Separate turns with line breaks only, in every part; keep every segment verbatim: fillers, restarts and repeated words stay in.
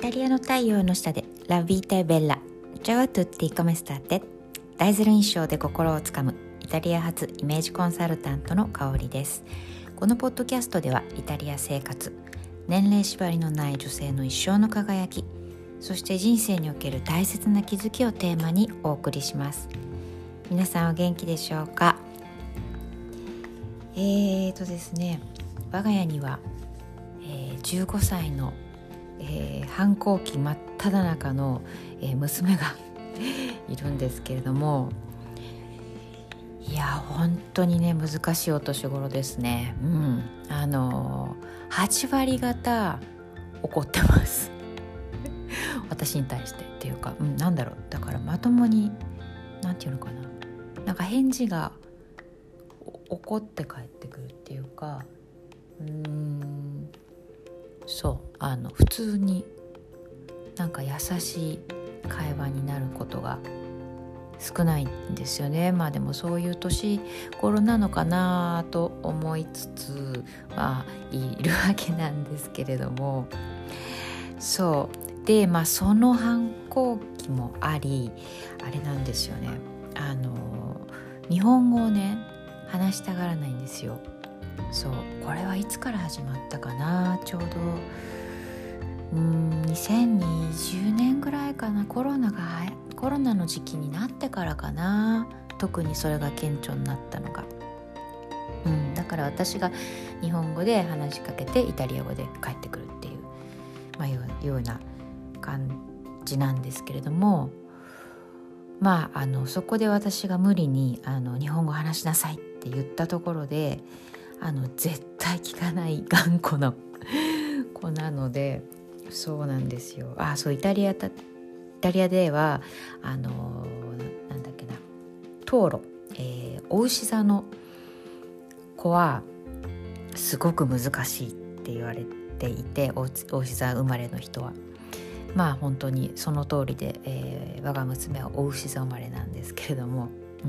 タリアの太陽の下でラビータベッラチャワトゥッティコメスタテ大ゼロ印象で心をつかむイタリア発イメージコンサルタントの香りです。このポッドキャストではイタリア生活、年齢縛りのない女性の一生の輝き、そして人生における大切な気づきをテーマにお送りします。皆さんは元気でしょうか？えーとですね我が家には、えー、じゅうごさいの、えー、反抗期真っ只中の、えー、娘がいるんですけれども、いや本当にね難しいお年頃ですね。うん、あのー、はちわり方怒ってます私に対してっていうか、うん、なんだろう、だからまともになんていうのかな、なんか返事が怒って帰ってくるっていうか、うーんそうあの普通になんか優しい会話になることが少ないんですよね。まあでもそういう年頃なのかなと思いつつはいるわけなんですけれども、そうでまあその反抗期もありあれなんですよね、あの日本語をね話したがらないんですよ。そうこれはいつから始まったかな、ちょうどうーんにせんにじゅうねんぐらいかな、コロナがコロナの時期になってからかな、特にそれが顕著になったのが、うん、だから私が日本語で話しかけてイタリア語で帰ってくるっていう、まあ、いうような感じなんですけれども、まあ、あのそこで私が無理にあの日本語話しなさいって言ったところで、あの絶対聞かない頑固な子なので、そうなんですよ。あ、そうイタリアだイタリアではあのなんだっけな、トーロ、えー、お牛座の子はすごく難しいって言われていて、お牛座生まれの人はまあ本当にその通りで、えー、我が娘はお牛座生まれなんですけれども、うん、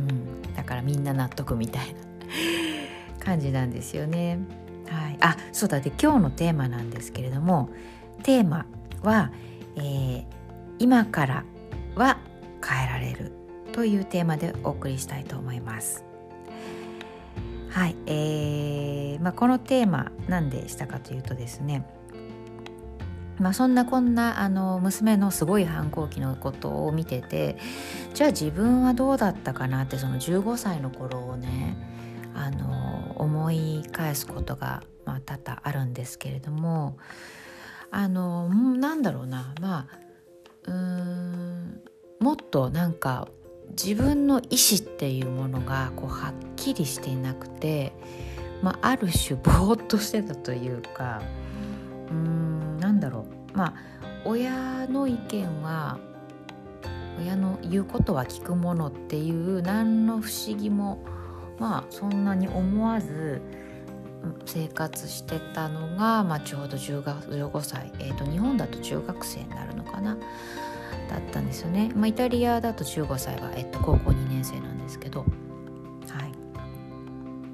だからみんな納得みたいな感じなんですよね。はい、あ、そうだ、で今日のテーマなんですけれども、テーマは、えー、今からは変えられるというテーマでお送りしたいと思います。はい、えーまあ、このテーマ何でしたかというとですね、まあ、そんなこんなあの娘のすごい反抗期のことを見てて、じゃあ自分はどうだったかなって、そのじゅうごさいの頃をねあの思い返すことが、まあ、多々あるんですけれども、あのなんだろうな、まあうーんもっとなんか自分の意思っていうものがこうはっきりしていなくて、まあ、ある種ぼーっとしてたというか、うーんなんだろう、まあ親の意見は親の言うことは聞くものっていう何の不思議もまあそんなに思わず生活してたのが、まあ、ちょうどじゅうごさい、えーと、日本だと中学生になるのかなだったんですよね。まあ、イタリアだとじゅうごさいは、えーと、高校にねん生なんですけど、はい。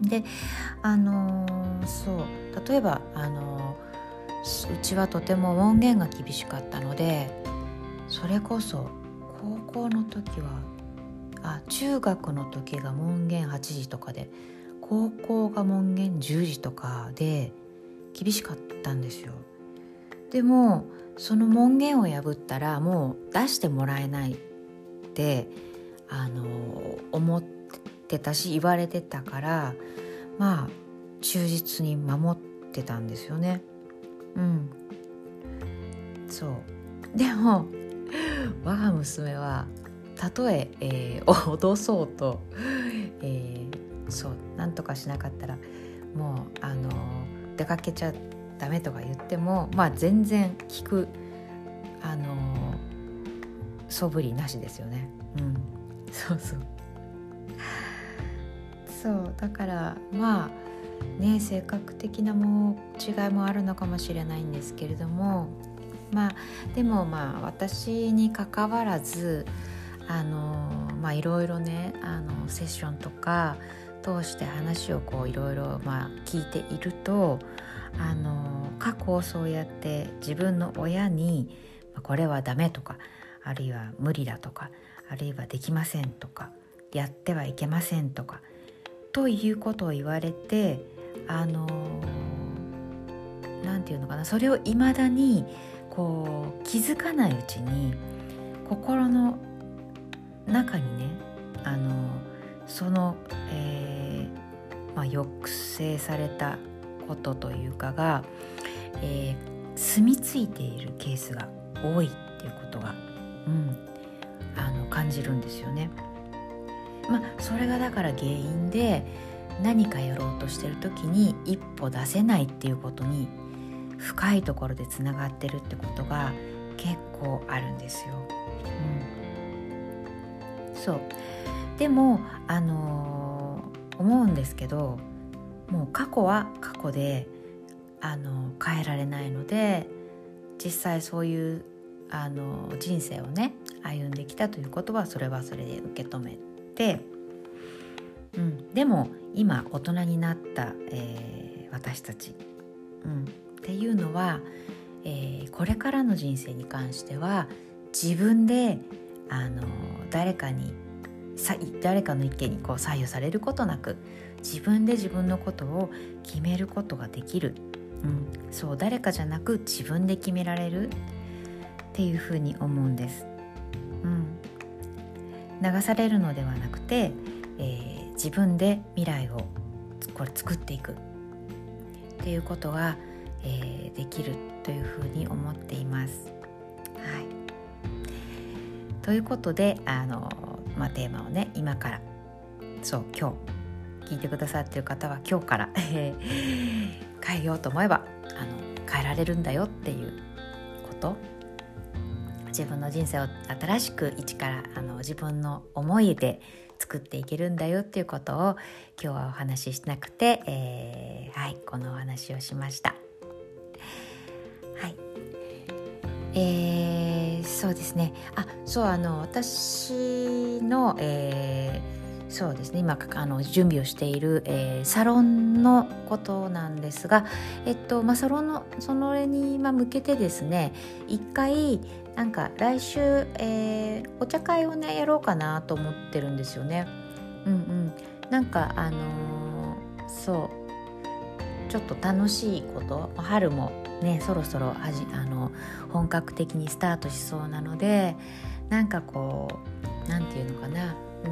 で、あのー、そう例えば、あのー、うちはとても門限が厳しかったので、それこそ高校の時はあ中学の時が門限はちじとかで、高校が門限じゅうじとかで厳しかったんですよ。でもその門限を破ったらもう出してもらえないってあの思ってたし言われてたから、まあ忠実に守ってたんですよね。うん、そうでも我が娘はたとええー、脅そうと、えーそうなんとかしなかったらもうあの出かけちゃダメとか言っても、まあ全然聞くあの素振りなしですよね。うん、そうそうそうだからまあね性格的なも違いもあるのかもしれないんですけれども、まあでもまあ私に関わらずあのまあいろいろねあのセッションとか通して話をこういろいろまあ聞いていると、あの過去そうやって自分の親にこれはダメとか、あるいは無理だとか、あるいはできませんとか、やってはいけませんとかということを言われて、あのなんていうのかな、それをいまだにこう気づかないうちに心の中にね、あのその、えーまあ、抑制されたことというかが、えー、住み着いているケースが多いっていうことが、うん、あの感じるんですよね。まあ、それがだから原因で何かやろうとしてる時に一歩出せないっていうことに深いところでつながってるってことが結構あるんですよ。うん、そうでも、あのー、思うんですけど、もう過去は過去で、あのー、変えられないので、実際そういうあのー、人生をね歩んできたということはそれはそれで受け止めて、うん、でも今大人になった、えー、私たち、うん、っていうのは、えー、これからの人生に関しては自分であの誰かに誰かの意見にこう左右されることなく、自分で自分のことを決めることができる、うん、そう誰かじゃなく自分で決められるっていうふうに思うんです。うん、流されるのではなくて、えー、自分で未来をこれ作っていくっていうことが、えー、できるというふうに思っています。はい、ということで、あの、まあ、テーマをね今から、そう今日聞いてくださっている方は今日から、えー、変えようと思えばあの変えられるんだよっていうこと、自分の人生を新しく一からあの自分の思いで作っていけるんだよっていうことを今日はお話ししなくて、えー、はいこのお話をしました。はい、えー、そうですね。あ、そうあの私の、えーそうですね、今あの準備をしている、えー、サロンのことなんですが、えっとまあ、サロンのそれに、まあ、向けてですね、一回なんか来週、えー、お茶会をねやろうかなと思ってるんですよね。うんうん、なんかあのー、そうちょっと楽しいこと、春もねそろそろはじあの本格的にスタートしそうなので、なんかこうなんていうのかな、うん、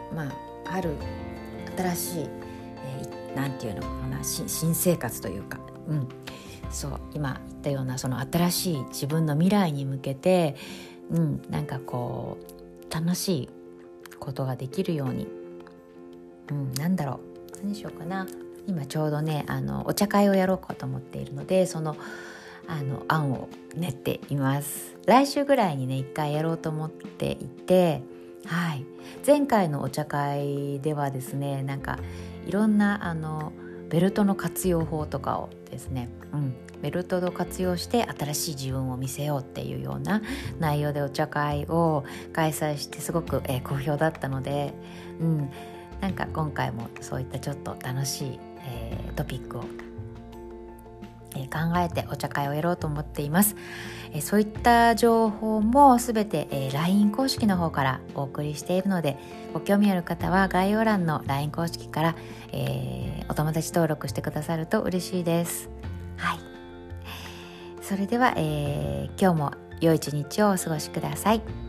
まあ春新しい、えー、なんていうのかな、新生活というか、うん、そう今言ったようなその新しい自分の未来に向けて、うん、なんかこう楽しいことができるように、うん、なんだろう何しようかな、今ちょうどねあのお茶会をやろうかと思っているので、そのあの案を練っています。来週ぐらいにね一回やろうと思っていて、はい、前回のお茶会ではですね、なんかいろんなあのベルトの活用法とかをですね、うん、ベルトを活用して新しい自分を見せようっていうような内容でお茶会を開催してすごく、えー、好評だったので、うん、なんか今回もそういったちょっと楽しい、えー、トピックを考えてお茶会をやろうと思っています。そういった情報もすべて ライン 公式の方からお送りしているので、ご興味ある方は概要欄の ライン 公式から、えー、お友達登録してくださると嬉しいです。はい、それでは、えー、今日も良い一日をお過ごしください。